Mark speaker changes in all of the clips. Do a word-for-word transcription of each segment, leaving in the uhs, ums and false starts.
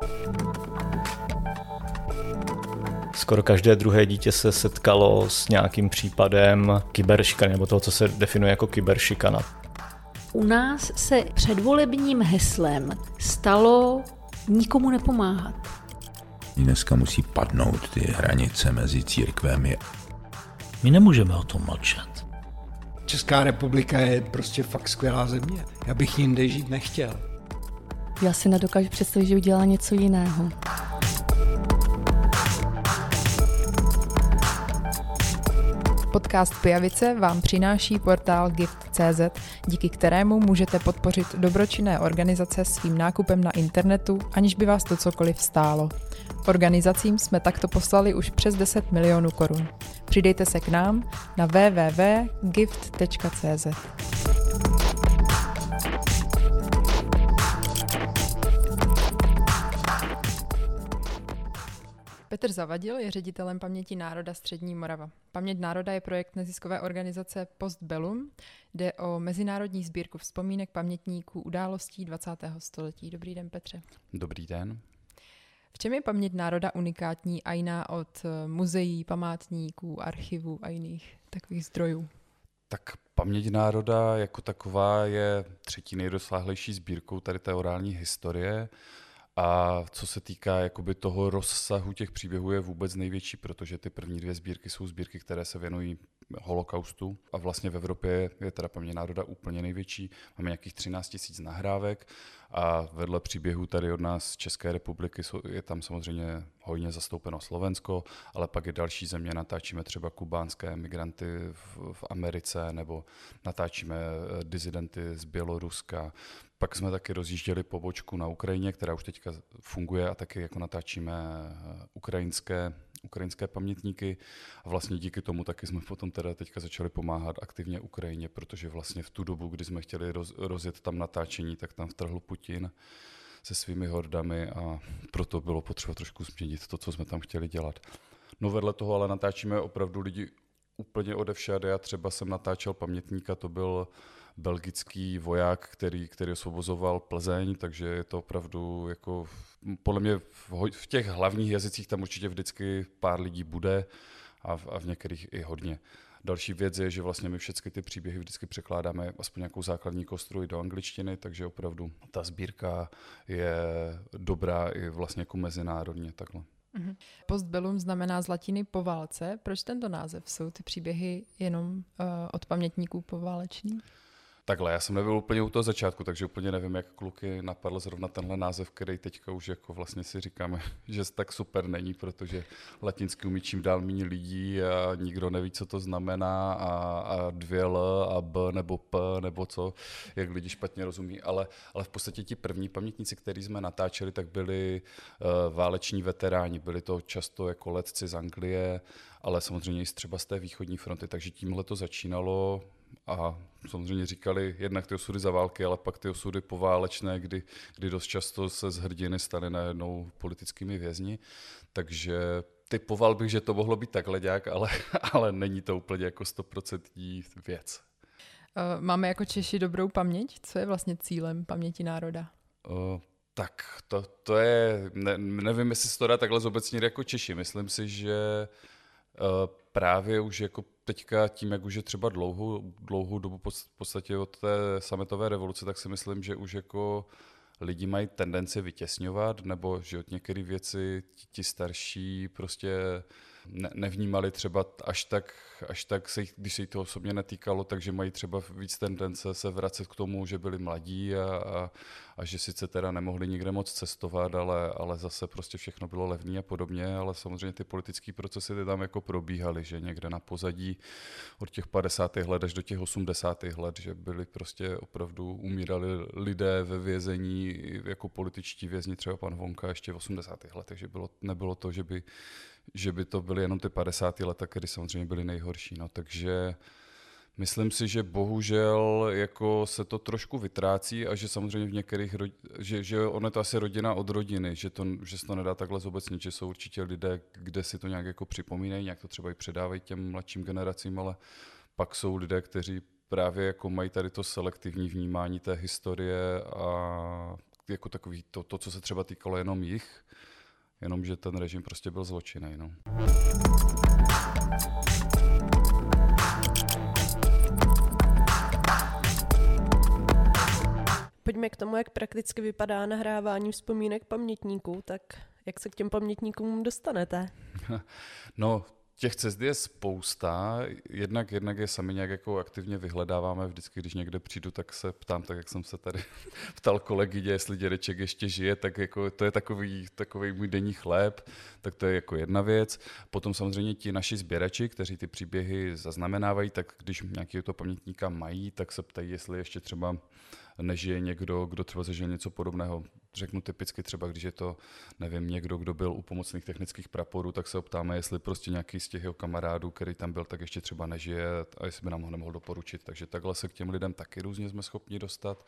Speaker 1: Skoro každé druhé dítě se setkalo s nějakým případem kyberšikany, nebo toho, co se definuje jako kyberšikana.
Speaker 2: U nás se předvolebním heslem stalo nikomu nepomáhat.
Speaker 3: Dneska musí padnout ty hranice mezi církvemi.
Speaker 4: My nemůžeme o tom mlčet.
Speaker 5: Česká republika je prostě fakt skvělá země. Já bych jinde žít nechtěl.
Speaker 6: Já si nedokážu představit, že udělá něco jiného.
Speaker 7: Podcast Pijavice vám přináší portál gift tečka cé zet, díky kterému můžete podpořit dobročinné organizace svým nákupem na internetu, aniž by vás to cokoliv stálo. Organizacím jsme takto poslali už přes deset milionů korun. Přidejte se k nám na w w w tečka gift tečka cé zet. Petr Zavadil je ředitelem Paměti národa Střední Morava. Paměť národa je projekt neziskové organizace Postbellum. Jde o mezinárodní sbírku vzpomínek pamětníků událostí dvacátého století. Dobrý den, Petře.
Speaker 8: Dobrý den.
Speaker 7: V čem je Paměť národa unikátní a jiná od muzeí, památníků, archivů a jiných takových zdrojů?
Speaker 8: Tak Paměť národa jako taková je třetí nejrozsáhlejší sbírkou tady té orální historie. A co se týká jakoby toho rozsahu těch příběhů, je vůbec největší, protože ty první dvě sbírky jsou sbírky, které se věnují holokaustu a vlastně v Evropě je teda Paměť národa úplně největší. Máme nějakých třináct tisíc nahrávek a vedle příběhů tady od nás z České republiky je tam samozřejmě hojně zastoupeno Slovensko, ale pak i další země. Natáčíme třeba kubánské migranty v, v Americe nebo natáčíme dizidenty z Běloruska. Pak jsme taky rozjížděli pobočku na Ukrajině, která už teďka funguje a taky jako natáčíme ukrajinské, ukrajinské pamětníky. A vlastně díky tomu taky jsme potom teda teďka začali pomáhat aktivně Ukrajině, protože vlastně v tu dobu, kdy jsme chtěli roz, rozjet tam natáčení, tak tam vtrhl Putin se svými hordami a proto bylo potřeba trošku změnit to, co jsme tam chtěli dělat. No vedle toho ale natáčíme opravdu lidi úplně odevšade. Já třeba jsem natáčel pamětníka, to byl belgický voják, který, který osvobozoval Plzeň, takže je to opravdu jako, podle mě v, v těch hlavních jazycích tam určitě vždycky pár lidí bude a v, a v některých i hodně. Další věc je, že vlastně my všechny ty příběhy vždycky překládáme aspoň nějakou základní kostru i do angličtiny, takže opravdu ta sbírka je dobrá i vlastně jako mezinárodně takhle.
Speaker 7: Mm-hmm. Postbellum znamená z latiny po válce. Proč tento název? Jsou ty příběhy jenom uh, od pamětníků poválečných?
Speaker 8: Takhle, já jsem nebyl úplně u toho začátku, takže úplně nevím, jak kluky napadl zrovna tenhle název, který teďka už jako vlastně si říkáme, že tak super není, protože latinsky umí čím dál méně lidí a nikdo neví, co to znamená a, a dvě L a B nebo P nebo co, jak lidi špatně rozumí, ale, ale v podstatě ti první pamětníci, který jsme natáčeli, tak byli uh, váleční veteráni, byli to často jako letci z Anglie, ale samozřejmě i třeba z té východní fronty, takže tímhle to začínalo. A samozřejmě říkali jednak ty osudy za války, ale pak ty osudy poválečné, kdy, kdy dost často se z hrdiny staly najednou politickými vězni. Takže typoval bych, že to mohlo být takhle nějak, ale, ale není to úplně jako stoprocentní věc.
Speaker 7: Máme jako Češi dobrou paměť? Co je vlastně cílem paměti národa?
Speaker 8: Uh, tak to, to je, ne, nevím, jestli se to dá takhle zobecnit jako Češi. Myslím si, že uh, právě už jako teďka tím, jak už je třeba dlouhou, dlouhou dobu v podstatě od té sametové revoluce, tak si myslím, že už jako lidi mají tendenci vytěsňovat, nebo že od některé věci ti starší prostě ne, nevnímali třeba až tak, až tak se jich, když se jich to osobně netýkalo, takže mají třeba víc tendence se vracet k tomu, že byli mladí a, a, a že sice teda nemohli nikde moc cestovat, ale, ale zase prostě všechno bylo levné a podobně, ale samozřejmě ty politické procesy ty tam jako probíhaly, že někde na pozadí od těch padesátých let až do těch osmdesátých let, že byli prostě opravdu umírali lidé ve vězení jako političtí vězni, třeba pan Vonka ještě v osmdesátých letech, takže bylo, nebylo to, že by že by to byly jenom ty padesátá leta, kdy samozřejmě byly nejhorší. No, takže myslím si, že bohužel jako se to trošku vytrácí a že samozřejmě v některých, že, že ono je to asi rodina od rodiny, že, to, že se to nedá takhle zobecnit, že jsou určitě lidé, kde si to nějak jako připomínají, nějak to třeba i předávají těm mladším generacím, ale pak jsou lidé, kteří právě jako mají tady to selektivní vnímání té historie a jako takový to, to, co se třeba týkalo jenom jich, jenomže ten režim prostě byl zločinný. No.
Speaker 9: Pojďme k tomu, jak prakticky vypadá nahrávání vzpomínek pamětníků, tak jak se k těm pamětníkům dostanete?
Speaker 8: No, těch cest je spousta, jednak, jednak je sami nějak jako aktivně vyhledáváme, vždycky, když někde přijdu, tak se ptám, tak jak jsem se tady ptal kolegyně, jestli dědeček ještě žije, tak jako to je takový, takový můj denní chléb, tak to je jako jedna věc. Potom samozřejmě ti naši sběrači, kteří ty příběhy zaznamenávají, tak když nějakého toho pamětníka mají, tak se ptají, jestli ještě třeba nežije někdo, kdo třeba zažil něco podobného. Řeknu typicky třeba, když je to, nevím, někdo, kdo byl u pomocných technických praporů, tak se optáme, jestli prostě nějaký z těch jeho kamarádů, který tam byl, tak ještě třeba nežije a jestli by nám ho nemohl doporučit. Takže takhle se k těm lidem taky různě jsme schopni dostat.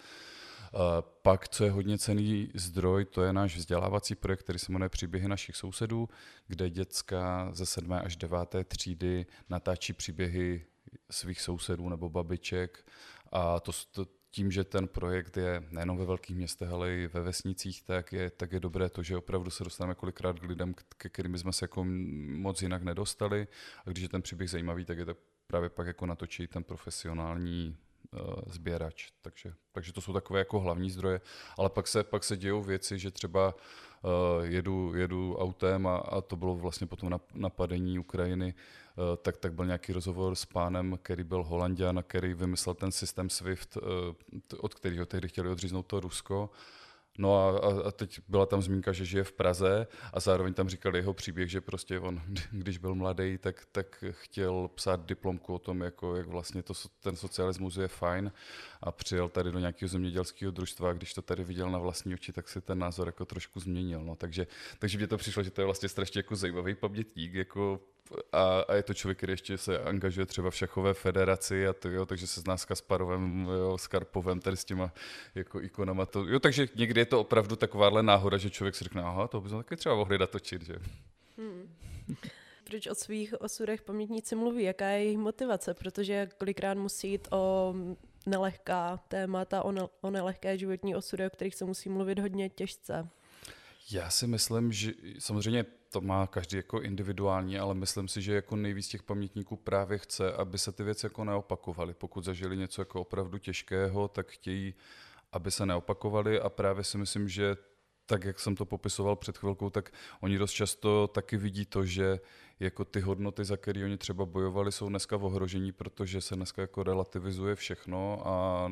Speaker 8: Pak, co je hodně cenný zdroj, to je náš vzdělávací projekt, který se jmenuje Příběhy našich sousedů, kde děcka ze sedmé až deváté třídy natáčí příběhy svých sousedů nebo babiček a to, to tím, že ten projekt je nejenom ve velkých městech, ale i ve vesnicích, tak je, tak je dobré to, že opravdu se dostaneme kolikrát k lidem, ke kterým jsme se jako moc jinak nedostali. A když je ten příběh zajímavý, tak je to právě pak jako natočí ten profesionální uh, sběrač. Takže, takže to jsou takové jako hlavní zdroje. Ale pak se, pak se dějou věci, že třeba uh, jedu, jedu autem a, a to bylo vlastně potom na, napadení Ukrajiny, Tak, tak byl nějaký rozhovor s pánem, který byl Holanďan, který vymyslel ten systém SWIFT, od kterého tehdy chtěli odříznout to Rusko. No a, a teď byla tam zmínka, že žije v Praze a zároveň tam říkali jeho příběh, že prostě on, když byl mladý, tak, tak chtěl psát diplomku o tom, jako, jak vlastně to, ten socialismus je fajn a přijel tady do nějakého zemědělského družstva a když to tady viděl na vlastní oči, tak si ten názor jako trošku změnil. No. Takže, takže mně to přišlo, že to je vlastně strašně jako zajímavý pamětník, jako A, a je to člověk, který ještě se angažuje třeba v šachové federaci a to, jo, takže se zná s Kasparovem, jo, s Karpovem, tady s těma jako ikonama. To, jo, takže někdy je to opravdu takováhle náhoda, že člověk si řekne, aha, to bychom taky třeba mohli natočit, že? Hmm.
Speaker 9: Proč o svých osudech pamětníci mluví? Jaká je jejich motivace? Protože kolikrát musí jít o nelehká témata, o, ne, o nelehké životní osudy, o kterých se musí mluvit hodně těžce.
Speaker 8: Já si myslím, že samozřejmě to má každý jako individuální, ale myslím si, že jako nejvíc těch pamětníků právě chce, aby se ty věci jako neopakovaly. Pokud zažili něco jako opravdu těžkého, tak chtějí, aby se neopakovaly a právě si myslím, že tak, jak jsem to popisoval před chvilkou, tak oni dost často taky vidí to, že jako ty hodnoty, za které oni třeba bojovali, jsou dneska v ohrožení, protože se dneska jako relativizuje všechno a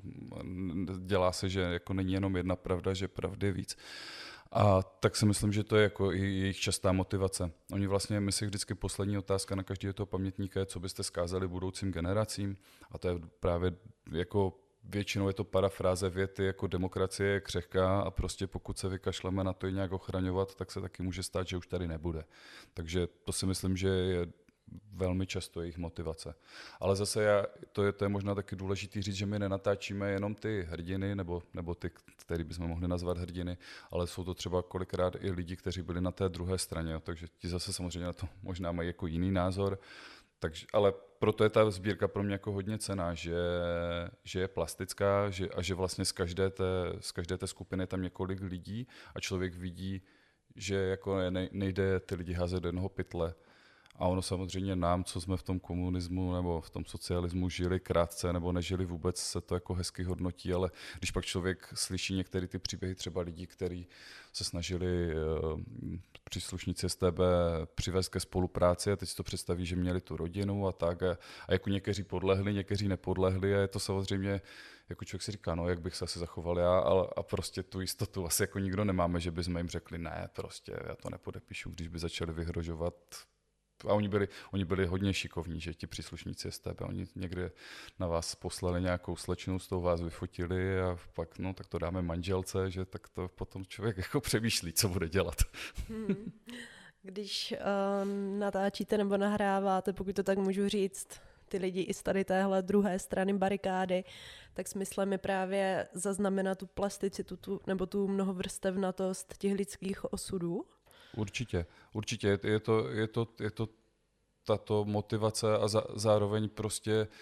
Speaker 8: dělá se, že jako není jenom jedna pravda, že pravdy je víc. A tak si myslím, že to je jako i jejich častá motivace. Oni vlastně, my si vždycky poslední otázka na každého toho pamětníka je, co byste zkázali budoucím generacím. A to je právě jako většinou je to parafráze věty, jako demokracie je křehká a prostě pokud se vykašleme na to ji nějak ochraňovat, tak se taky může stát, že už tady nebude. Takže to si myslím, že je velmi často jejich motivace. Ale zase já, to, je, to je možná taky důležitý říct, že my nenatáčíme jenom ty hrdiny, nebo, nebo ty, který bychom mohli nazvat hrdiny, ale jsou to třeba kolikrát i lidi, kteří byli na té druhé straně, takže ti zase samozřejmě na to možná mají jako jiný názor. Takže, ale proto je ta sbírka pro mě jako hodně cenná, že, že je plastická že, a že vlastně z každé, té, z každé té skupiny je tam několik lidí a člověk vidí, že jako ne, nejde ty lidi házet do jednoho pytle. A ono samozřejmě nám, co jsme v tom komunismu nebo v tom socialismu žili krátce nebo nežili vůbec, se to jako hezky hodnotí, ale když pak člověk slyší některé ty příběhy třeba lidí, kteří se snažili uh, příslušníci S T B přivést ke spolupráci a teď si to představí, že měli tu rodinu a tak a, a jako někteří podlehli, někteří nepodlehli a je to samozřejmě, jako člověk si říká, no jak bych se asi zachoval já, ale a prostě tu jistotu asi jako nikdo nemáme, že bychom jim řekli, ne, prostě já to nepodepíšu, když by začali vyhrožovat. A oni byli, oni byli hodně šikovní, že ti příslušníci S T B, oni někde na vás poslali nějakou slečnu, s tou vás vyfotili a pak, no, tak to dáme manželce, že tak to potom člověk jako přemýšlí, co bude dělat.
Speaker 9: Hmm. Když uh, natáčíte nebo nahráváte, pokud to tak můžu říct, ty lidi i z tady téhle druhé strany barikády, tak smyslem je právě zaznamenat tu plasticitu tu, nebo tu mnohovrstevnatost těch lidských osudů.
Speaker 8: Určitě, určitě. Je to, je to, je to tato motivace a za, zároveň prostě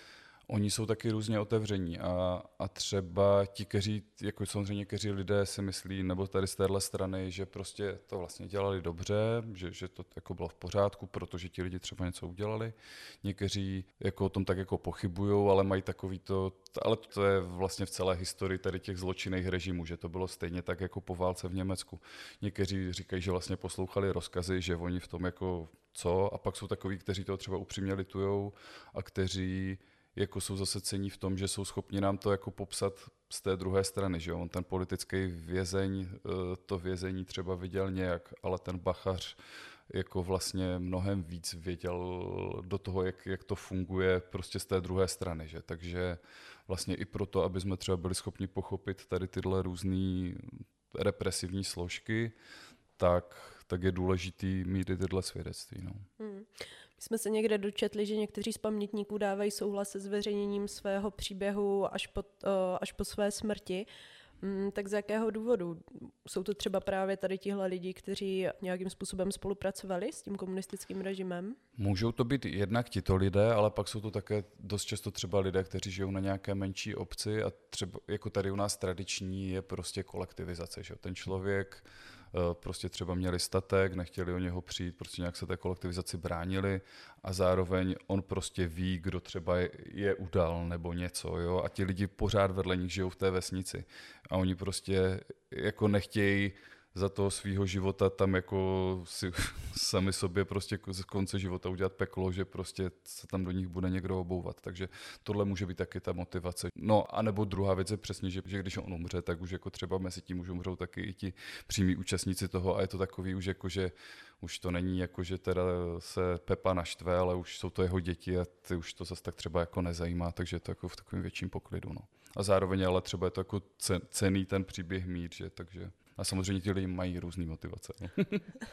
Speaker 8: oni jsou taky různě otevření a, a třeba ti, kteří, jako samozřejmě někteří lidé si myslí, nebo tady z téhle strany, že prostě to vlastně dělali dobře, že, že to jako bylo v pořádku, protože ti lidi třeba něco udělali. Někteří jako o tom tak jako pochybujou, ale mají takový to, ale to je vlastně v celé historii tady těch zločinných režimů, že to bylo stejně tak jako po válce v Německu. Někteří říkají, že vlastně poslouchali rozkazy, že oni v tom jako co, a pak jsou takoví, kteří to třeba upřímně litujou a kteří jako jsou zase cení v tom, že jsou schopni nám to jako popsat z té druhé strany, že on ten politický vězeň, to vězení třeba viděl nějak, ale ten bachař jako vlastně mnohem víc věděl do toho, jak, jak to funguje prostě z té druhé strany, že? Takže vlastně i proto, aby jsme třeba byli schopni pochopit tady tyhle různé represivní složky, tak, tak je důležitý mít i tyhle svědectví. No.
Speaker 9: Hmm. My jsme se někde dočetli, že někteří z pamětníků dávají souhlas se zveřejněním svého příběhu až po, až po své smrti. Hmm, tak z jakého důvodu? Jsou to třeba právě tady tihle lidi, kteří nějakým způsobem spolupracovali s tím komunistickým režimem?
Speaker 8: Můžou to být jednak tito lidé, ale pak jsou to také dost často třeba lidé, kteří žijou na nějaké menší obci a třeba jako tady u nás tradiční je prostě kolektivizace. Že? Ten člověk prostě třeba měli statek, nechtěli o něho přijít, prostě nějak se té kolektivizaci bránili a zároveň on prostě ví, kdo třeba je, je udal nebo něco, jo, a ti lidi pořád vedle nich žijou v té vesnici a oni prostě jako nechtějí za toho svýho života tam jako si sami sobě prostě z konce života udělat peklo, že prostě se tam do nich bude někdo obouvat. Takže tohle může být taky ta motivace. No a nebo druhá věc je přesně, že, že když on umře, tak už jako třeba mezi tím už umřou taky i ti přímí účastníci toho a je to takový už jako, že už to není jako, že teda se Pepa naštve, ale už jsou to jeho děti a ty už to zase tak třeba jako nezajímá, takže je to jako v takovém větším poklidu. No. A zároveň ale třeba je to jako cenný ten příběh mít, že takže a samozřejmě ti lidi mají různý motivace. No.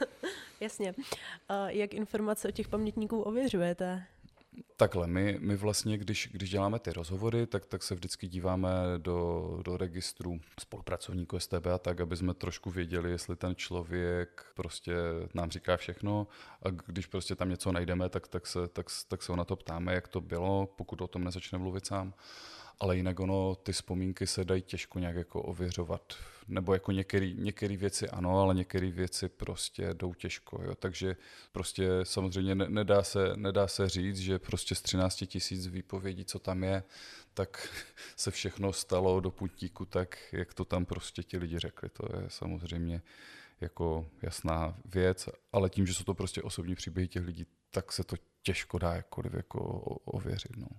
Speaker 9: Jasně. A jak informace o těch pamětníků ověřujete?
Speaker 8: Takhle, my, my vlastně, když, když děláme ty rozhovory, tak, tak se vždycky díváme do, do registru spolupracovníků S T B a tak, aby jsme trošku věděli, jestli ten člověk prostě nám říká všechno a když prostě tam něco najdeme, tak, tak, se, tak, tak se ho na to ptáme, jak to bylo, pokud o tom nezačne mluvit sám. Ale jinak ono, ty vzpomínky se dají těžko nějak jako ověřovat. Nebo jako některé věci ano, ale některé věci prostě jdou těžko. Jo. Takže prostě samozřejmě nedá se, nedá se říct, že prostě z třináct tisíc výpovědí, co tam je, tak se všechno stalo do puntíku tak, jak to tam prostě ti lidi řekli. To je samozřejmě jako jasná věc, ale tím, že jsou to prostě osobní příběhy těch lidí, tak se to těžko dá jakkoliv jako ověřit. No.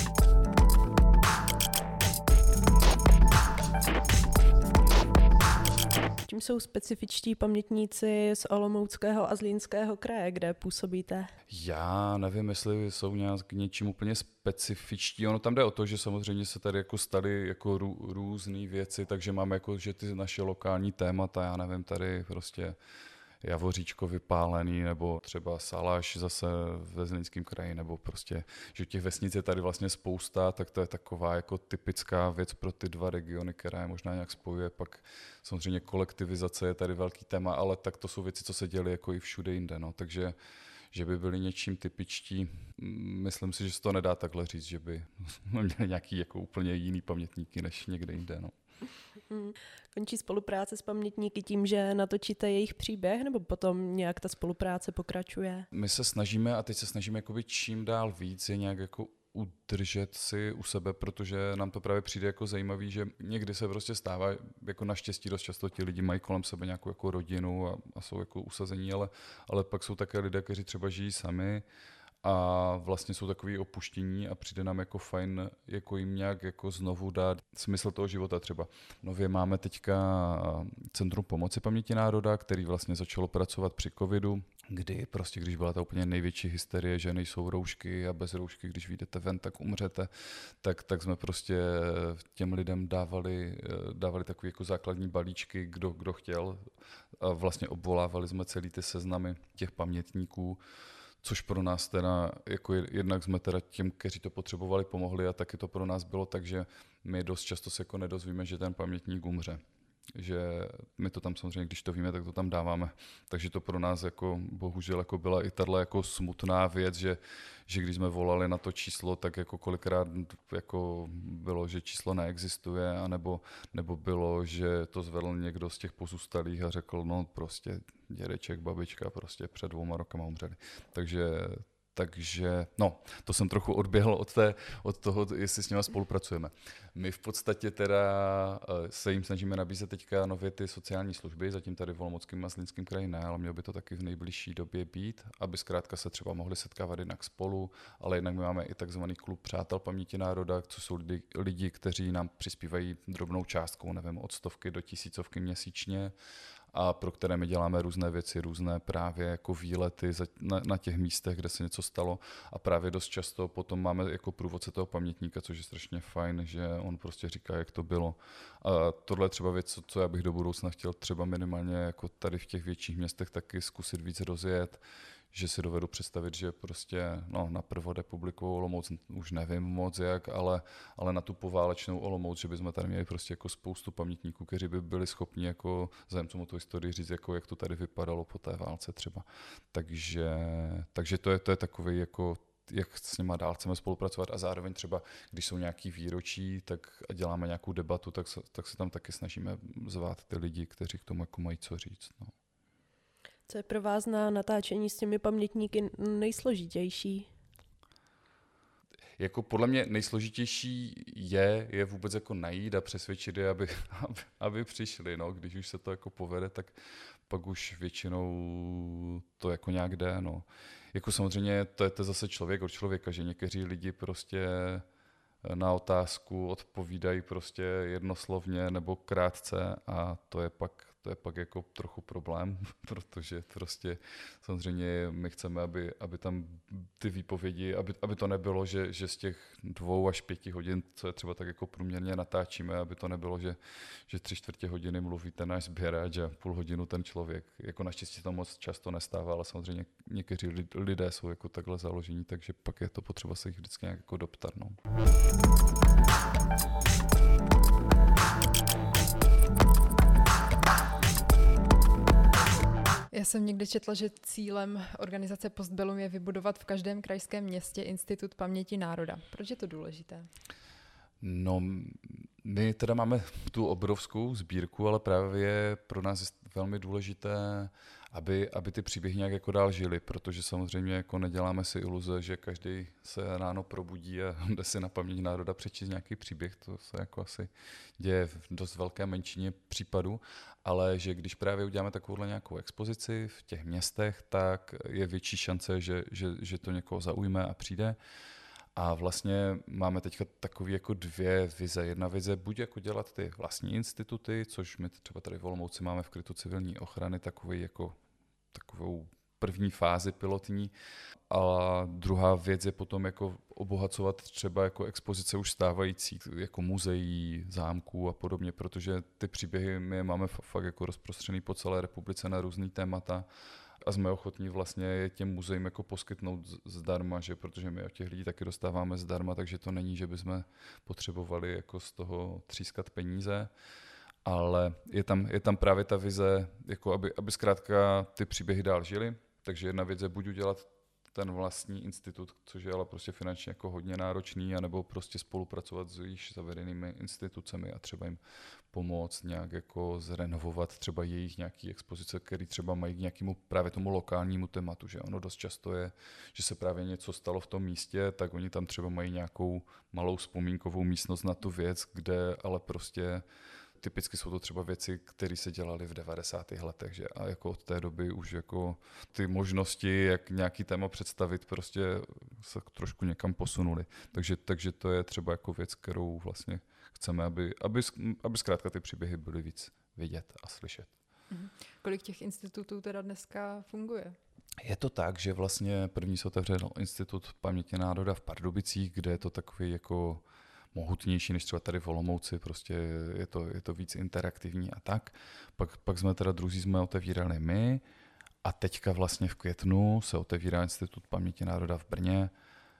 Speaker 9: Čím jsou specifičtí pamětníci z Olomouckého a Zlínského kraje, kde působíte?
Speaker 8: Já nevím, jestli jsou nějak k něčím úplně specifičtí. Ono tam jde o to, že samozřejmě se tady jako staly jako rů, různé věci, takže máme jako, že ty naše lokální témata, já nevím, tady prostě Javoříčko vypálený, nebo třeba Salaš zase ve Zlínském kraji, nebo prostě, že těch vesnic je tady vlastně spousta, tak to je taková jako typická věc pro ty dva regiony, která je možná nějak spojuje. Pak samozřejmě kolektivizace je tady velký téma, ale tak to jsou věci, co se děly jako i všude jinde. No. Takže že by byli něčím typičtí, myslím si, že se to nedá takhle říct, že by měli nějaký jako úplně jiný pamětníky než někde jinde. No.
Speaker 9: Hmm. Končí spolupráce s pamětníky tím, že natočíte jejich příběh, nebo potom nějak ta spolupráce pokračuje?
Speaker 8: My se snažíme, a teď se snažíme jakoby čím dál víc je nějak jako udržet si u sebe, protože nám to právě přijde jako zajímavý, že někdy se prostě stává, jako naštěstí dost často ti lidi mají kolem sebe nějakou jako rodinu a, a jsou jako usazení, ale, ale pak jsou také lidé, kteří třeba žijí sami a vlastně jsou takový opuštění a přijde nám jako fajn jako jim nějak jako znovu dát smysl toho života třeba. Nově máme teďka Centrum pomoci paměti národa, který vlastně začalo pracovat při covidu, kdy prostě, když byla ta úplně největší hysterie, že nejsou roušky a bez roušky, když vyjdete ven, tak umřete, tak, tak jsme prostě těm lidem dávali, dávali takové jako základní balíčky, kdo, kdo chtěl a vlastně obvolávali jsme celý ty seznamy těch pamětníků, což pro nás teda, jako jednak jsme teda těm, kteří to potřebovali, pomohli a taky to pro nás bylo tak, že my dost často se jako nedozvíme, že ten pamětník umře. že my to tam samozřejmě, když to víme, tak to tam dáváme. Takže to pro nás jako bohužel jako byla i tato jako smutná věc, že, že když jsme volali na to číslo, tak jako kolikrát jako bylo, že číslo neexistuje, anebo, nebo bylo, že to zvedl někdo z těch pozůstalých a řekl, no prostě dědeček, babička prostě před dvouma rokama umřeli. Takže Takže, no, to jsem trochu odběhl od, té, od toho, jestli s nimi spolupracujeme. My v podstatě teda se jim snažíme nabízet teďka nově ty sociální služby, zatím tady v Olomouckém a Zlínském kraji ne, ale mělo by to taky v nejbližší době být, aby zkrátka se třeba mohli setkávat jinak spolu, ale jednak my máme i takzvaný klub Přátel paměti národa, co jsou lidi, lidi, kteří nám přispívají drobnou částkou, nevím, od stovky do tisícovky měsíčně, a pro které my děláme různé věci, různé právě jako výlety na, na těch místech, kde se něco stalo a právě dost často potom máme jako průvodce toho pamětníka, což je strašně fajn, že on prostě říká, jak to bylo. A tohle je třeba věc, co já bych do budoucna chtěl třeba minimálně jako tady v těch větších městech taky zkusit víc rozjet, že si dovedu představit, že prostě no, na prvorepublikovou Olomouc už nevím moc jak, ale, ale na tu poválečnou Olomouc, že bychom tady měli prostě jako spoustu pamětníků, kteří by byli schopni jako zájemcům o tu historii říct, jako, jak to tady vypadalo po té válce třeba. Takže, takže to je, to je takový jako jak s nima dál chceme spolupracovat a zároveň třeba, když jsou nějaký výročí, tak a děláme nějakou debatu, tak se, tak se tam taky snažíme zvát ty lidi, kteří k tomu jako mají co říct. No.
Speaker 9: Co je pro vás na natáčení s těmi pamětníky nejsložitější?
Speaker 8: Jako podle mě nejsložitější je, je vůbec jako najít a přesvědčit je, aby, aby, aby přišli. No. Když už se to jako povede, tak pak už většinou to jako nějak jde. No. Jako samozřejmě to je to zase člověk od člověka, že někteří lidi prostě na otázku odpovídají prostě jednoslovně nebo krátce a to je pak, to je pak jako trochu problém, protože prostě samozřejmě my chceme, aby, aby tam ty výpovědi, aby, aby to nebylo, že, že z těch dvou až pěti hodin, co je třeba tak jako průměrně natáčíme, aby to nebylo, že, že tři čtvrtě hodiny mluví ten náš sběrač a půl hodinu ten člověk. Jako naštěstí to moc často nestává, ale samozřejmě někteří lidé jsou jako takhle založení, takže pak je to potřeba se jich vždycky nějak jako doptat. No.
Speaker 7: Já jsem někde četla, že cílem organizace Postbellum je vybudovat v každém krajském městě Institut paměti národa. Proč je to důležité?
Speaker 8: No, my teda máme tu obrovskou sbírku, ale právě pro nás je velmi důležité, aby, aby ty příběhy nějak jako dál žily, protože samozřejmě jako neděláme si iluze, že každý se ráno probudí a jde si na paměť národa přečíst nějaký příběh, to se jako asi děje v dost velké menšině případů, ale že když právě uděláme takovouhle nějakou expozici v těch městech, tak je větší šance, že, že, že to někoho zaujme a přijde. A vlastně máme teďka takové jako dvě vize. Jedna vize buď jako dělat ty vlastní instituty, což my třeba tady v Olomouci máme v krytu civilní ochrany takový jako takovou první fázi pilotní. A druhá věc je potom jako obohacovat třeba jako expozice už stávající, jako muzeí, zámků a podobně, protože ty příběhy my máme fakt jako rozprostřený po celé republice na různý témata. A jsme ochotní vlastně těm muzeím jako poskytnout zdarma, že protože my od těch lidí taky dostáváme zdarma, takže to není, že bychom potřebovali jako z toho třískat peníze, ale je tam, je tam právě ta vize, jako aby, aby zkrátka ty příběhy dál žily, takže jedna věc je buď udělat ten vlastní institut, což je ale prostě finančně jako hodně náročný, anebo prostě spolupracovat s již zavedenými institucemi a třeba jim pomoct nějak jako zrenovovat třeba jejich nějaký expozice, které třeba mají k nějakému právě tomu lokálnímu tématu, že ono dost často je, že se právě něco stalo v tom místě, tak oni tam třeba mají nějakou malou vzpomínkovou místnost na tu věc, kde ale prostě typicky jsou to třeba věci, které se dělaly v devadesátých letech, že a jako od té doby už jako ty možnosti, jak nějaký téma představit, prostě se trošku někam posunuly. Takže, takže to je třeba jako věc, kterou vlastně chceme, aby, aby, aby zkrátka ty příběhy byly víc vidět a slyšet.
Speaker 7: Mhm. Kolik těch institutů teda dneska funguje?
Speaker 8: Je to tak, že vlastně první se otevřel Institut paměti národa v Pardubicích, kde je to takový jako mohutnější než třeba tady v Olomouci, prostě je to, je to víc interaktivní a tak. Pak, pak jsme teda druzí jsme otevírali my a teďka vlastně v květnu se otevírá Institut paměti národa v Brně.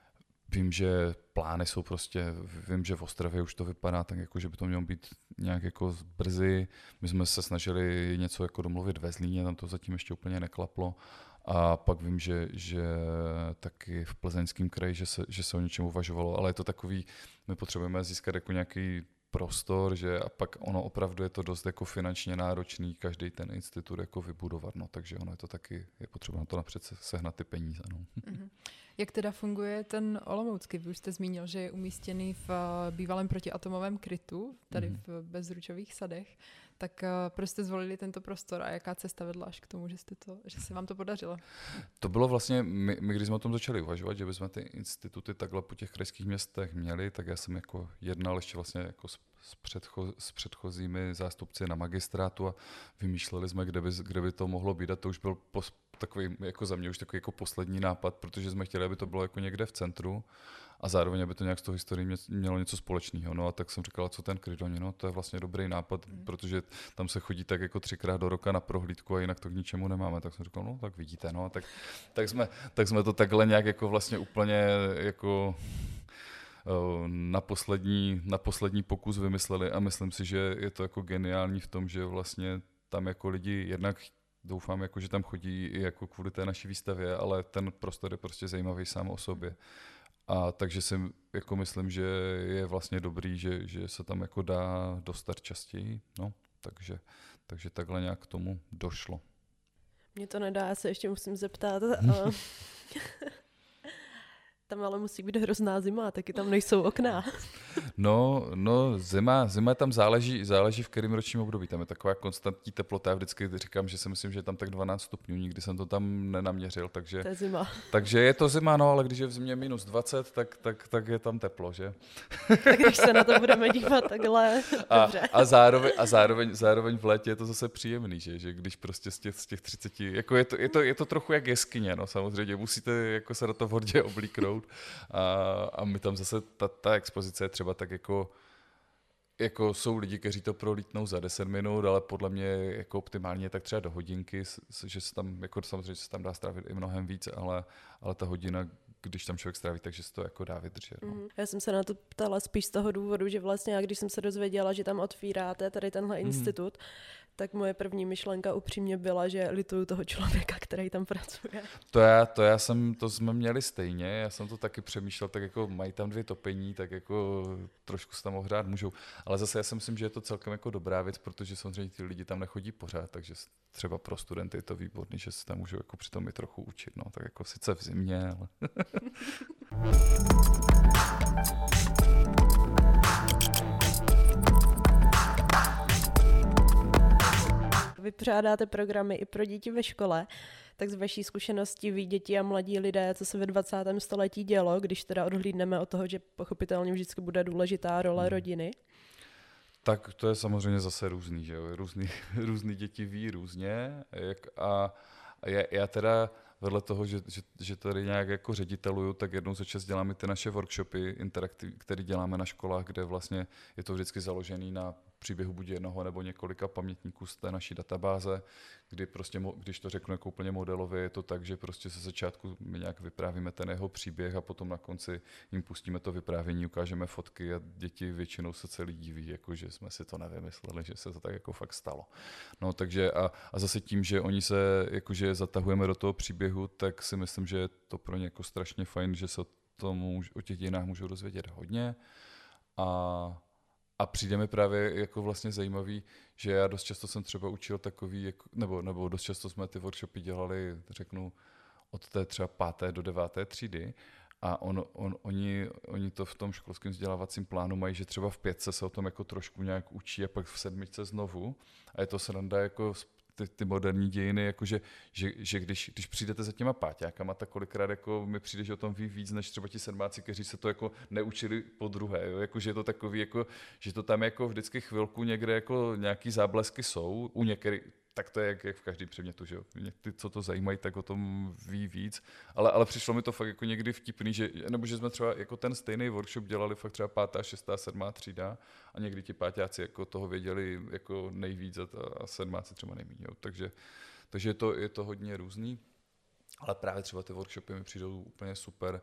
Speaker 8: vím, že plány jsou prostě, vím, že v Ostravě už to vypadá tak, jako, že by to mělo být nějak jako brzy. My jsme se snažili něco jako domluvit ve Zlíně, tam to zatím ještě úplně neklaplo. A pak vím, že, že taky v Plzeňském kraji, že se, že se o něčem uvažovalo, ale je to takový, my potřebujeme získat jako nějaký prostor, že a pak ono opravdu je to dost jako finančně náročný, každý ten institut jako vybudovat, no, takže ono je to taky, je potřeba na to napřed sehnat ty peníze, no.
Speaker 7: Mm-hmm. Jak teda funguje ten olomoucký? Vy už jste zmínil, že je umístěný v bývalém protiatomovém krytu, tady mm-hmm. v Bezručových sadech, tak proč jste zvolili tento prostor a jaká cesta vedla až k tomu, že, jste to, že se vám to podařilo?
Speaker 8: To bylo vlastně, my, my když jsme o tom začali uvažovat, že bychom ty instituty takhle po těch krajských městech měli, tak já jsem jako jednal ještě vlastně jako s, s, předcho, s předchozími zástupci na magistrátu a vymýšleli jsme, kde by, kde by to mohlo být a to už byl pos, takový, jako za mě už takový jako poslední nápad, protože jsme chtěli, aby to bylo jako někde v centru a zároveň, aby to nějak z toho historii mělo něco společného. No a tak jsem říkal, co ten Krydoni, no to je vlastně dobrý nápad, mm. protože tam se chodí tak jako třikrát do roka na prohlídku a jinak to k ničemu nemáme. Tak jsem říkal, no tak vidíte, no tak, tak, jsme, tak jsme to takhle nějak jako vlastně úplně jako na poslední, na poslední pokus vymysleli a myslím si, že je to jako geniální v tom, že vlastně tam jako lidi jednak doufám, jako, že tam chodí i jako kvůli té naší výstavě, ale ten prostor je prostě zajímavý sám o sobě. A takže si jako myslím, že je vlastně dobrý, že, že se tam jako dá dostat častěji, no, takže, takže takhle nějak k tomu došlo.
Speaker 9: Mně to nedá, já se ještě musím zeptat. Tam ale musí být hrozná zima, taky tam nejsou okna.
Speaker 8: No, no zima, zima tam záleží, záleží v kterém ročním období. Tam je taková konstantní teplota. Já vždycky říkám, že si myslím, že je tam tak dvanáct stupňů. Nikdy jsem to tam nenaměřil, takže...
Speaker 9: To je zima.
Speaker 8: Takže je to zima, no, ale když je v zimě minus dvacet, tak, tak, tak je tam teplo, že?
Speaker 9: Tak když se na to budeme dívat takhle,
Speaker 8: a,
Speaker 9: dobře.
Speaker 8: A, zároveň, a zároveň, zároveň v létě je to zase příjemný, že, že když prostě z těch, z těch třiceti... Jako je, to, je, to, je to trochu jak jeskyně, no, samozřejmě. Musíte jako se na to vhodně oblíknout. A, a my tam zase, ta, ta expozice je třeba tak jako, jako jsou lidi, kteří to prolítnou za deset minut, ale podle mě jako optimálně tak třeba do hodinky, že se tam, jako samozřejmě se tam dá strávit i mnohem víc, ale, ale ta hodina, když tam člověk stráví, takže se to jako dá vydržet. No.
Speaker 9: Mm. Já jsem se na to ptala spíš z toho důvodu, že vlastně já, když jsem se dozvěděla, že tam otvíráte tady tenhle mm. institut, tak moje první myšlenka upřímně byla, že lituju toho člověka, který tam pracuje.
Speaker 8: To já, to já jsem, to jsme měli stejně, já jsem to taky přemýšlel, tak jako mají tam dvě topení, tak jako trošku se tam ohrát můžou, ale zase já si myslím, že je to celkem jako dobrá věc, protože samozřejmě ti lidi tam nechodí pořád, takže třeba pro studenty je to výborný, že se tam můžou jako přitom i trochu učit, no, tak jako sice v zimě, ale...
Speaker 9: Vy pořádáte programy i pro děti ve škole, tak z vaší zkušenosti ví děti a mladí lidé, co se ve dvacátém století dělo, když teda odhlídneme od toho, že pochopitelně vždycky bude důležitá role hmm. rodiny?
Speaker 8: Tak to je samozřejmě zase různý, že jo, různý, různý děti ví různě jak a já, já teda vedle toho, že, že, že tady nějak jako řediteluju, tak jednou za čas děláme ty naše workshopy, interaktiv, které děláme na školách, kde vlastně je to vždycky založený na příběhu buď jednoho nebo několika pamětníků z té naší databáze, kdy prostě, když to řeknu jako úplně modelově, je to tak, že prostě ze začátku my nějak vyprávíme ten jeho příběh a potom na konci jim pustíme to vyprávění, ukážeme fotky a děti většinou se celý diví, jako že jsme si to nevymysleli, že se to tak jako fakt stalo. No takže a, a zase tím, že oni se jakože zatahujeme do toho příběhu, tak si myslím, že je to pro ně jako strašně fajn, že se o, tomu, o těch dějinách můžou dozvědět hodně a A přijde mi právě jako vlastně zajímavý, že já dost často jsem třeba učil takový, jako, nebo, nebo dost často jsme ty workshopy dělali, řeknu, od té třeba páté do deváté třídy a on, on, oni, oni to v tom školském vzdělávacím plánu mají, že třeba v pětce se o tom jako trošku nějak učí a pak v sedmičce znovu a je to sranda jako ty, ty moderní dějiny, jakože, že, že když, když přijdete za těma páťákama, tak kolikrát jako mi přijde, že o tom ví víc než třeba ti sedmáci, kteří se to jako neučili po druhé, jo? Jako, že je to takový, jako, že to tam jako vždycky chvilku někde jako nějaký záblesky jsou, u některých, tak to je jak, jak v každém předmětu, že jo. Ty, co to zajímají, tak o tom ví víc, ale, ale přišlo mi to fakt jako někdy vtipný, že, nebo že jsme třeba jako ten stejný workshop dělali fakt třeba pátá, šestá, sedmá třída a někdy ti páťáci jako toho věděli jako nejvíc a, a sedmáci třeba nejméně, jo. Takže, takže je, to, je to hodně různý, ale právě třeba ty workshopy mi přijdou úplně super,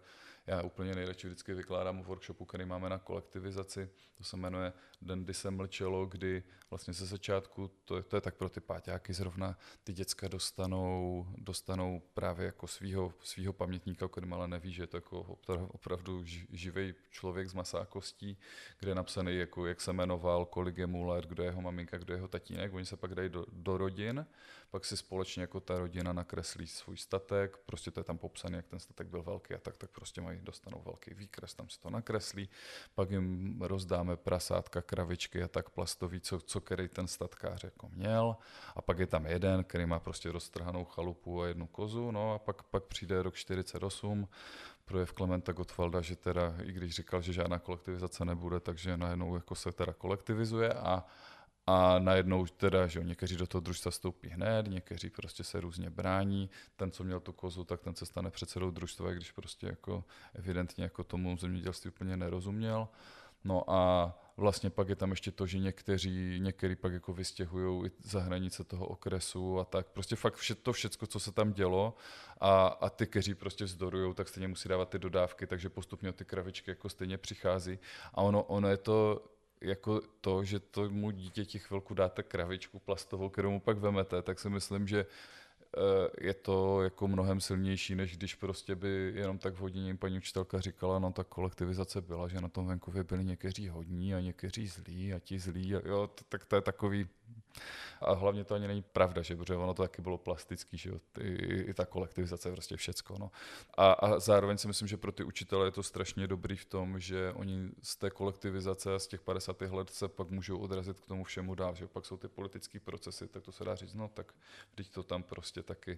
Speaker 8: Já úplně nejradši vždycky vykládám v workshopu, který máme na kolektivizaci, to se jmenuje Den, kdy se mlčelo, kdy vlastně ze začátku, to je, to je tak pro ty páťáky zrovna, ty děcka dostanou, dostanou právě jako svýho, svýho pamětníka, který ale neví, že je to jako opravdu živý člověk z masa a kostí, kde je napsaný, jako, jak se jmenoval, kolik je mu let, kdo je jeho maminka, kdo je jeho tatínek. Oni se pak dají do, do rodin, pak si společně jako ta rodina nakreslí svůj statek, prostě to je tam popsané, jak ten statek byl velký a tak, tak prostě mají, dostanou velký výkres, tam si to nakreslí, pak jim rozdáme prasátka, kravičky a tak plastový, co, co který ten statkář jako měl, a pak je tam jeden, který má prostě roztrhanou chalupu a jednu kozu, no a pak, pak přijde rok čtyřicet osm, projev Klementa Gottwalda, že teda, i když říkal, že žádná kolektivizace nebude, takže najednou jako se teda kolektivizuje a A najednou teda, že někteří do toho družstva stoupí hned, někteří prostě se různě brání. Ten, co měl tu kozu, tak ten se stane předsedou družstva, když prostě jako evidentně jako tomu zemědělství úplně nerozuměl. No a vlastně pak je tam ještě to, že někteří, někteří pak jako vystěhují i za hranice toho okresu a tak. Prostě fakt vše, to všecko, co se tam dělo a, a ty, kteří prostě vzdorujou, tak stejně musí dávat ty dodávky, takže postupně ty kravičky jako stejně přichází. A ono, ono je to jako to, že tomu dítěti chvilku dáte kravičku plastovou, kterou mu pak vemete, tak si myslím, že je to jako mnohem silnější, než když prostě by jenom tak v hodině jim paní učitelka říkala, no ta kolektivizace byla, že na tom venkově byli někteří hodní a někteří zlí a ti zlí, a jo, to, tak to je takový. A hlavně to ani není pravda, že, protože ono to taky bylo plastický, že jo, I, i ta kolektivizace je prostě všecko, no. A, a zároveň si myslím, že pro ty učitele je to strašně dobrý v tom, že oni z té kolektivizace a z těch padesátých let se pak můžou odrazit k tomu všemu dál, že pak jsou ty politické procesy, tak to se dá říct, no tak vždyť to tam prostě taky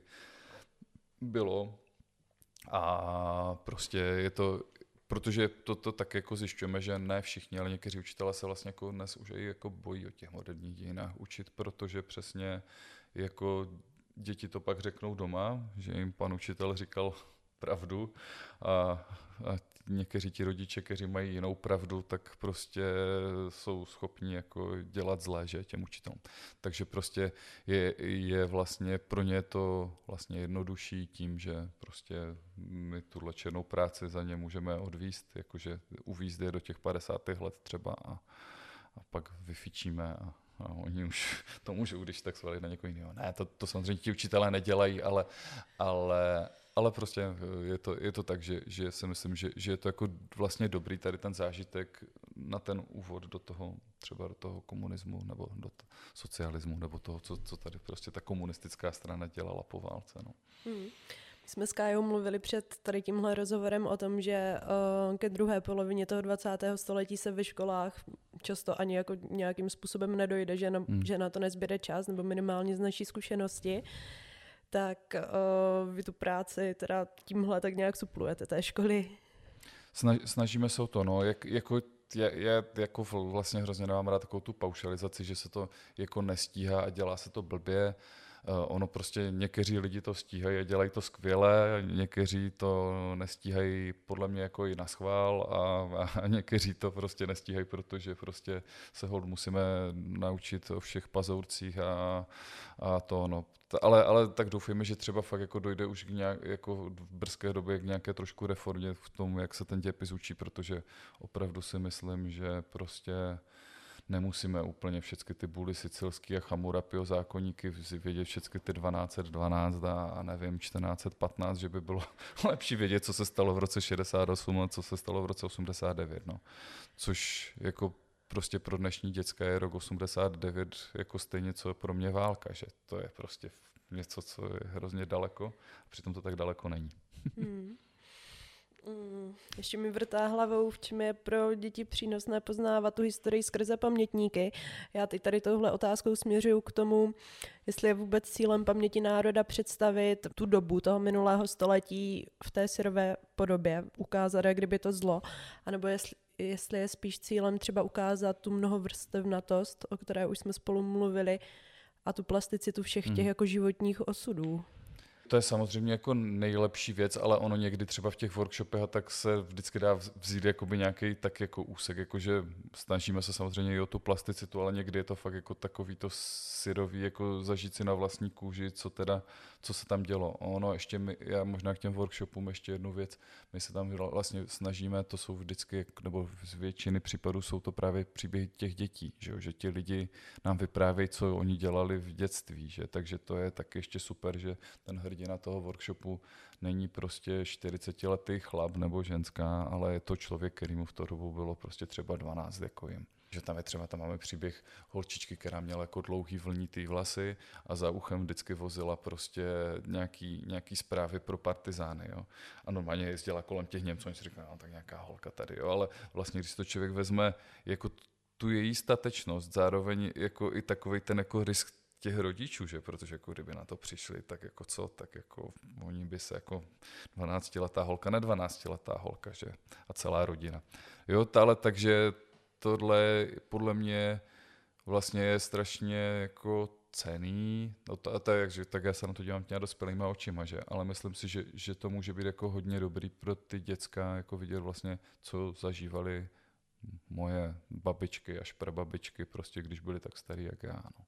Speaker 8: bylo a prostě je to. Protože to, to tak jako zjišťujeme, že ne všichni, ale někteří učitelé se vlastně jako dnes už i jako bojí o těch moderních dějinách učit, protože přesně jako děti to pak řeknou doma, že jim pan učitel říkal pravdu a, a někteří ti rodiče, kteří mají jinou pravdu, tak prostě jsou schopni jako dělat zlé, že, těm učitelům. Takže prostě je, je vlastně pro ně to vlastně jednodušší tím, že prostě my tuhle černou práci za ně můžeme odvíst, jakože uvízt je do těch padesátých let třeba a, a pak vyfičíme a a oni už to můžou, když tak svalit na někoho jiného. Ne, to, to samozřejmě ti učitelé nedělají, ale, ale, ale prostě je to, je to tak, že, že si myslím, že, že je to jako vlastně dobrý tady ten zážitek na ten úvod do toho, třeba do toho komunismu nebo do t- socialismu, nebo toho, co, co tady prostě ta komunistická strana dělala po válce. No.
Speaker 9: Hmm. My jsme s Kájou mluvili před tady tímhle rozhovorem o tom, že uh, ke druhé polovině toho dvacátého století se ve školách často ani jako nějakým způsobem nedojde, že na, hmm. že na to nezbyde čas, nebo minimálně z naší zkušenosti. Tak uh, vy tu práci teda tímhle tak nějak suplujete té školy.
Speaker 8: Snažíme se o to, no, jak, jako já, já jako vlastně hrozně nemám rád takovou tu paušalizaci, že se to jako nestíhá a dělá se to blbě. Uh, ono prostě někteří lidi to stíhají a dělají to skvěle, někteří to nestíhají podle mě jako i na schvál a, a někteří to prostě nestíhají, protože prostě se hod musíme naučit o všech pazourcích a, a to, no. Ale, ale tak doufujeme, že třeba fakt jako dojde už k nějak, jako v brzké době k nějaké trošku reformě v tom, jak se ten dějepis učí, protože opravdu si myslím, že prostě nemusíme úplně všechny ty Buly sicilský a Chamurapyho zákoníky vědět všechny ty dvanáct dvanáct a, a nevím čtrnáct patnáct, že by bylo lepší vědět, co se stalo v roce šedesát osm a co se stalo v roce osmdesát devět. No. Což jako prostě pro dnešní děcka je rok osmdesát devět jako stejně, co pro mě válka, že to je prostě něco, co je hrozně daleko a přitom to tak daleko není.
Speaker 9: Hmm. Mm, ještě mi vrtá hlavou, v čem je pro děti přínosné poznávat tu historii skrze pamětníky. Já teď tady touhle otázkou směřuju k tomu, jestli je vůbec cílem paměti národa představit tu dobu toho minulého století v té syrové podobě, ukázat, jak kdyby to zlo, anebo jestli, jestli je spíš cílem třeba ukázat tu mnohovrstevnatost, o které už jsme spolu mluvili, a tu plasticitu všech těch hmm. jako životních osudů.
Speaker 8: To je samozřejmě jako nejlepší věc, ale ono někdy třeba v těch workshopech a tak se vždycky dá vzít jakoby nějaký tak jako úsek, jakože snažíme se samozřejmě i o tu plasticitu, ale někdy je to fakt jako takový to syrový, jako zažít si na vlastní kůži, co teda, co se tam dělo. Ono ještě my, já možná k těm workshopům ještě jednu věc, my se tam vlastně snažíme, to jsou vždycky, nebo z většiny případů jsou to právě příběhy těch dětí, že, jo? Že ti lidi nám vyprávějí, co oni dělali v dětství, že? Takže to je tak ještě super, že ten hrdina toho workshopu není prostě čtyřicetiletý chlap nebo ženská, ale je to člověk, kterýmu v tu dobu bylo prostě třeba dvanáct jako jim. Že tam je třeba, tam máme příběh holčičky, která měla jako dlouhý vlnitý vlasy a za uchem vždycky vozila prostě nějaký, nějaký zprávy pro partizány. Jo. A normálně jezdila kolem těch Němců, oni si říkají, no tak nějaká holka tady, jo. Ale vlastně, když to člověk vezme jako tu její statečnost, zároveň jako i takovej ten jako risk těch rodičů, že? Protože jako kdyby na to přišli, tak jako co, tak jako oni by se jako dvanáctiletá holka, ne dvanáctiletá holka, že? A celá rodina. Jo, ale takže tohle podle mě vlastně je strašně jako cenný, no to, a to je, že, tak já se na to dívám těma dospělýma očima, že? Ale myslím si, že, že to může být jako hodně dobrý pro ty děcka, jako vidět vlastně, co zažívali moje babičky až prababičky, prostě když byly tak starý jak já, no.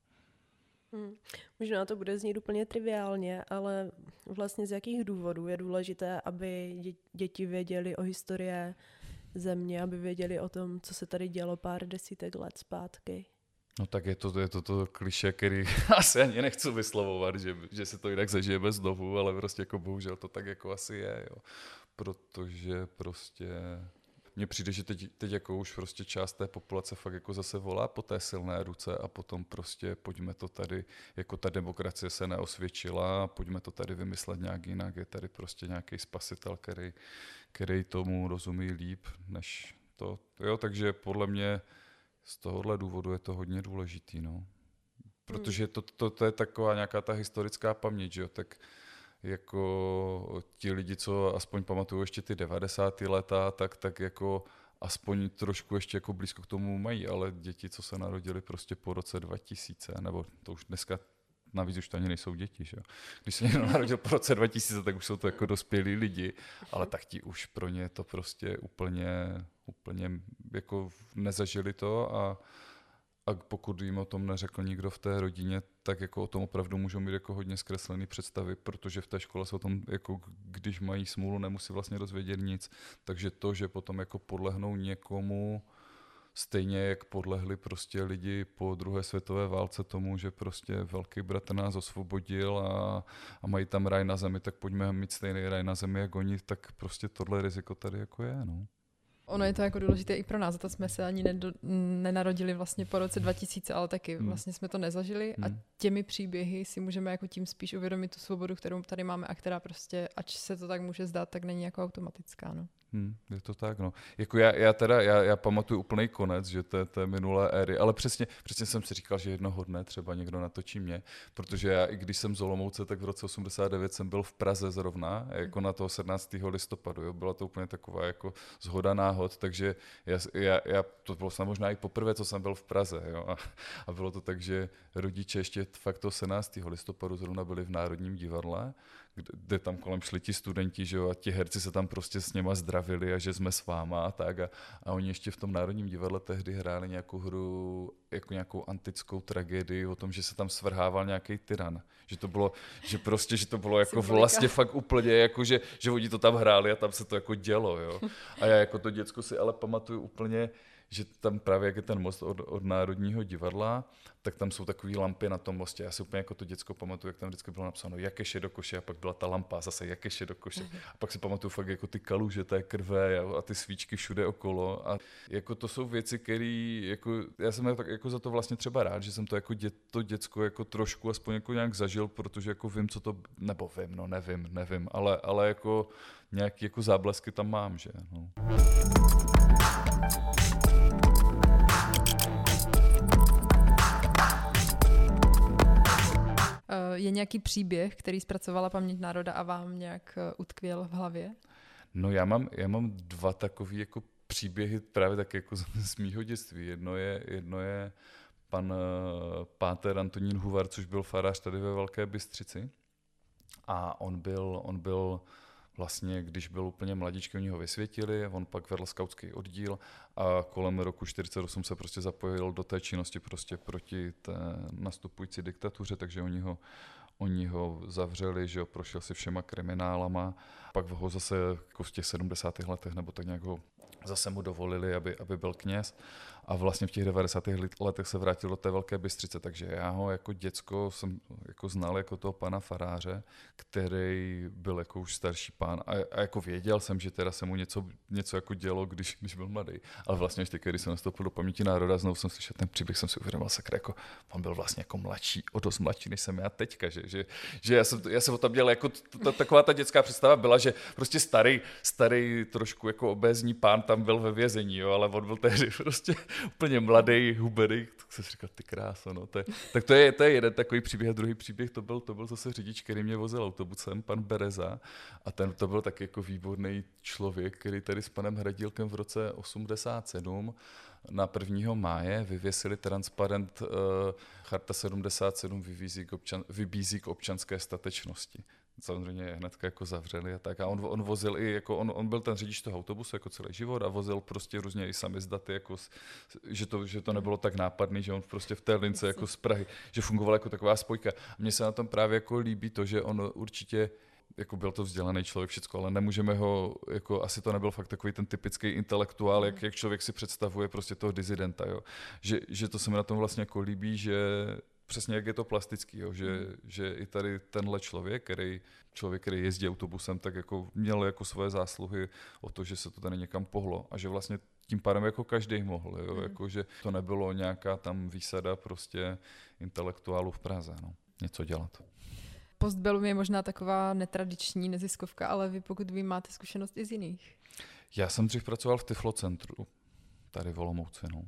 Speaker 9: Hmm. Možná to bude znít úplně triviálně, ale vlastně z jakých důvodů je důležité, aby děti věděly o historii země, aby věděli o tom, co se tady dělo pár desítek let zpátky?
Speaker 8: No tak je to, je to to klišé, který asi ani nechci vyslovovat, že, že se to jinak zažijeme znovu, ale prostě jako bohužel to tak jako asi je, jo. Protože prostě mně přijde, že teď, teď jako už prostě část té populace fakt jako zase volá po té silné ruce a potom prostě pojďme to tady, jako ta demokracie se neosvědčila, pojďme to tady vymyslet nějak jinak, je tady prostě nějaký spasitel, který, který tomu rozumí líp, než to. Jo, takže podle mě z tohohle důvodu je to hodně důležitý, no. Protože to, to, to je taková nějaká ta historická paměť, že jo, tak jako ti lidi, co aspoň pamatují ještě ty devadesátá léta, tak, tak jako aspoň trošku ještě jako blízko k tomu mají, ale děti, co se narodili prostě po roce dva tisíce, nebo to už dneska, navíc už to ani nejsou děti, že jo. Když se někdo narodil po roce dva tisíce, tak už jsou to jako dospělí lidi, ale tak ti už pro ně to prostě úplně, úplně jako nezažili to a A pokud jim o tom neřekl nikdo v té rodině, tak jako o tom opravdu můžou mít jako hodně zkreslený představy, protože v té škole se o tom, jako když mají smůlu, nemusí vlastně dozvědět nic. Takže to, že potom jako podlehnou někomu, stejně jak podlehli prostě lidi po druhé světové válce tomu, že prostě velký bratr nás osvobodil a, a mají tam raj na zemi, tak pojďme mít stejný raj na zemi jak oni, tak prostě tohle riziko tady jako je, no.
Speaker 7: Ono je to jako důležité i pro nás, za to jsme se ani nedo, nenarodili vlastně po roce dva tisíce, ale taky hmm. vlastně jsme to nezažili hmm. a těmi příběhy si můžeme jako tím spíš uvědomit tu svobodu, kterou tady máme a která prostě, ač se to tak může zdát, tak není jako automatická, no.
Speaker 8: Hmm, je to tak, no. Jako já, já teda, já, já pamatuju úplný konec, že to je té minulé éry, ale přesně, přesně jsem si říkal, že jednoho dne třeba někdo natočí mě, protože já, i když jsem z Olomouce, tak v roce osmdesát devět jsem byl v Praze zrovna, jako na toho sedmnáctého listopadu, jo. Byla to úplně taková jako zhoda náhod, takže já, já, já to bylo snad možná i poprvé, co jsem byl v Praze, jo. A, a bylo to tak, že rodiče ještě fakt toho sedmnáctého listopadu zrovna byli v Národním divadle, kde tam kolem šli ti studenti, že jo, a ti herci se tam prostě s něma zdravili a že jsme s váma a tak a, a oni ještě v tom Národním divadle tehdy hráli nějakou hru, jako nějakou antickou tragédii o tom, že se tam svrhával nějaký tyran, že to bylo, že prostě, že to bylo jako vlastně fakt úplně, jako že, že oni to tam hráli a tam se to jako dělo, jo. A já jako to děcko si ale pamatuju úplně, že tam právě jak je ten most od, od Národního divadla, tak tam jsou takové lampy na tom mostě. Já si úplně jako to děcko pamatuju, jak tam vždycky bylo napsáno Jakeše do koše a pak byla ta lampa a zase Jakeše do koše. A pak si pamatuju fakt jako ty kaluže té krve a ty svíčky všude okolo. A jako to jsou věci, které jako, já jsem tak jako za to vlastně třeba rád, že jsem to jako dě, to děcko jako trošku aspoň jako nějak zažil, protože jako vím, co to, nebo vím, no nevím, nevím, ale, ale jako nějaký jako záblesky tam mám, že no.
Speaker 7: Je nějaký příběh, který zpracovala Paměť národa a vám nějak utkvěl v hlavě?
Speaker 8: No já mám, já mám dva takový jako příběhy právě tak jako z mýho dětství. Jedno je, jedno je pan páter Antonín Huvar, což byl farář tady ve Velké Bystřici. a on byl, on byl vlastně, když byl úplně mladíčký, oni ho vysvětili, on pak vedl skautský oddíl a kolem roku čtyřicet osm se prostě zapojil do té činnosti prostě proti té nastupující diktatuře, takže oni ho, oni ho zavřeli, že ho prošel si všema kriminálama, pak ho zase jako v těch sedmdesátých letech nebo tak nějak ho zase mu dovolili, aby, aby byl kněz a vlastně v těch devadesátých letech se vrátil do té Velké Bystřice, takže já ho jako děcko jsem jako znal jako toho pana faráře, který byl jako už starší pán a, a jako věděl jsem, že teda se mu něco, něco jako dělo, když, když byl mladý, ale vlastně ještě když jsem nastoupil do paměti národa, znovu jsem slyšel ten příběh, jsem si uvědomil, sakra, jako on byl vlastně jako mladší, o dost mladší, než jsem já teďka, že, že, že já, jsem, já jsem o tom dělal, jako t, t, taková ta dětská představa byla, že prostě starý, starý trošku jako obézní pán tam byl ve vězení, jo, ale on byl tehdy prostě úplně mladý, hubený, tak jsem si říkal, ty kráso, no, to je, tak to je, to je jeden takový příběh a druhý příběh, to byl, to byl zase řidič, který mě vozil autobusem, pan Bereza a ten to byl taky jako výborný člověk, který tady s panem Hradílkem v roce osmdesát sedm na prvního máje vyvěsili transparent uh, Charta sedmdesát sedm vybízí k, občan, vybízí k občanské statečnosti. Samozřejmě je hnedka jako zavřeli a tak. A on, on vozil i, jako on, on byl ten řidič toho autobusu jako celý život a vozil prostě různě i samizdaty, jako, že, to, že to nebylo tak nápadný, že on prostě v té lince jako z Prahy, že fungoval jako taková spojka. Mně se na tom právě jako líbí to, že on určitě jako byl to vzdělaný člověk všecko, ale nemůžeme ho, jako asi to nebyl fakt takový ten typický intelektuál, jak, jak člověk si představuje prostě toho dizidenta, jo. Že, že to se mi na tom vlastně jako líbí, že přesně jak je to plastický, jo, že, že i tady tenhle člověk, který, člověk, který jezdí autobusem, tak jako měl jako svoje zásluhy o to, že se to tady někam pohlo a že vlastně tím pádem jako každý mohl, jo, mm. jako, že to nebylo nějaká tam výsada prostě intelektuálů v Praze, no, něco dělat.
Speaker 7: Postbellum je možná taková netradiční neziskovka, ale vy pokud vy máte zkušenost i z jiných.
Speaker 8: Já jsem dřív pracoval v Tyflocentru, tady v Olomouci, no.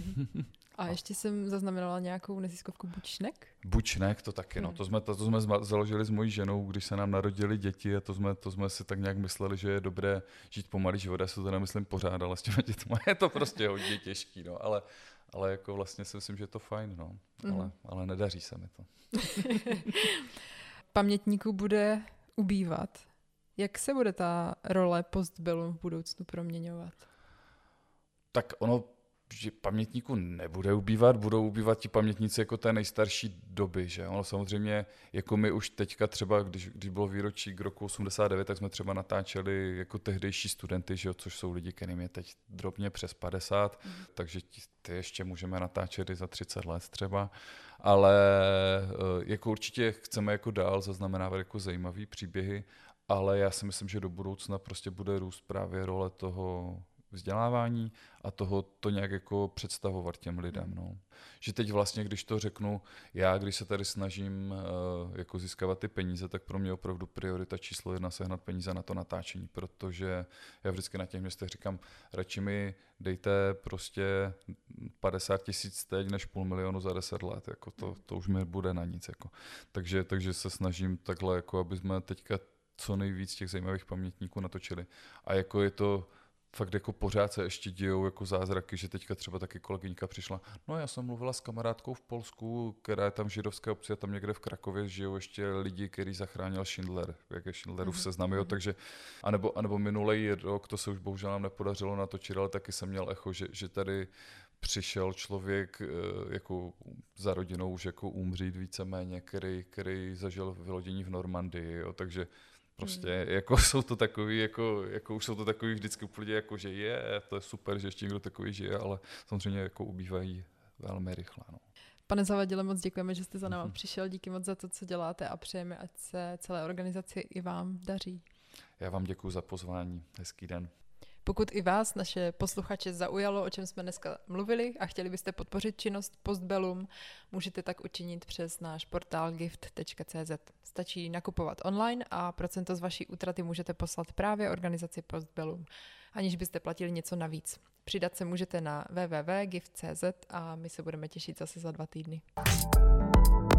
Speaker 7: A ještě jsem zaznamenala nějakou neziskovku Bučnek?
Speaker 8: Bučnek, to taky, no. To jsme, to, to jsme založili s mojí ženou, když se nám narodili děti a to jsme, to jsme si tak nějak mysleli, že je dobré žít pomalý život. Já si to nemyslím pořád, ale s těmi dětmi je to prostě hodně těžký, no. Ale, ale jako vlastně si myslím, že je to fajn, no. Mm. Ale, ale nedaří se mi to.
Speaker 7: Pamětníků bude ubývat. Jak se bude ta role postbellum v budoucnu proměňovat?
Speaker 8: Tak ono, že pamětníků nebude ubývat, budou ubývat ti pamětníci jako té nejstarší doby, že? Ono samozřejmě, jako my už teďka třeba, když, když bylo výročí k roku osmdesát devět, tak jsme třeba natáčeli jako tehdejší studenty, že jo? Což jsou lidi, kterým je teď drobně přes padesát, mm. takže ty ještě můžeme natáčet i za třicet let třeba, ale jako určitě chceme jako dál zaznamenávat jako zajímavý příběhy, ale já si myslím, že do budoucna prostě bude růst právě role toho vzdělávání a toho to nějak jako představovat těm lidem. No. Že teď vlastně, když to řeknu, já, když se tady snažím uh, jako získávat ty peníze, tak pro mě opravdu priorita číslo jedna sehnat peníze na to natáčení, protože já vždycky na těch městech říkám, radši mi dejte prostě padesát tisíc teď než půl milionu za deset let, jako to, to už mi bude na nic. Jako. Takže, takže se snažím takhle, jako aby jsme teďka co nejvíc těch zajímavých pamětníků natočili. A jako je to fakt jako pořád se ještě dějou jako zázraky, že teďka třeba taky kolegyňka přišla, no já jsem mluvila s kamarádkou v Polsku, která je tam v židovské obci a tam někde v Krakově žijou ještě lidi, který zachránil Schindler, jak je Schindlerův mm-hmm. seznam, jo, takže, anebo, anebo minulej rok, to se už bohužel nám nepodařilo natočit, ale taky jsem měl echo, že, že tady přišel člověk jako za rodinou už jako umřít víceméně, který, který zažil vylodění v Normandii, jo, takže prostě hmm. jako jsou to takový, jako, jako už jsou to takový vždycky úplně jako, že je, to je super, že ještě někdo takový žije, ale samozřejmě jako ubývají velmi rychle. No.
Speaker 7: Pane Zavadile, moc děkujeme, že jste za námi mm-hmm. přišel, díky moc za to, co děláte a přejeme, ať se celé organizaci i vám daří.
Speaker 8: Já vám děkuji za pozvání, hezký den.
Speaker 7: Pokud i vás, naše posluchače, zaujalo, o čem jsme dneska mluvili a chtěli byste podpořit činnost Postbellum, můžete tak učinit přes náš portál gift tečka cé zet. Stačí nakupovat online a procento z vaší útraty můžete poslat právě organizaci Postbellum, aniž byste platili něco navíc. Přidat se můžete na w w w tečka gift tečka cé zet a my se budeme těšit zase za dva týdny.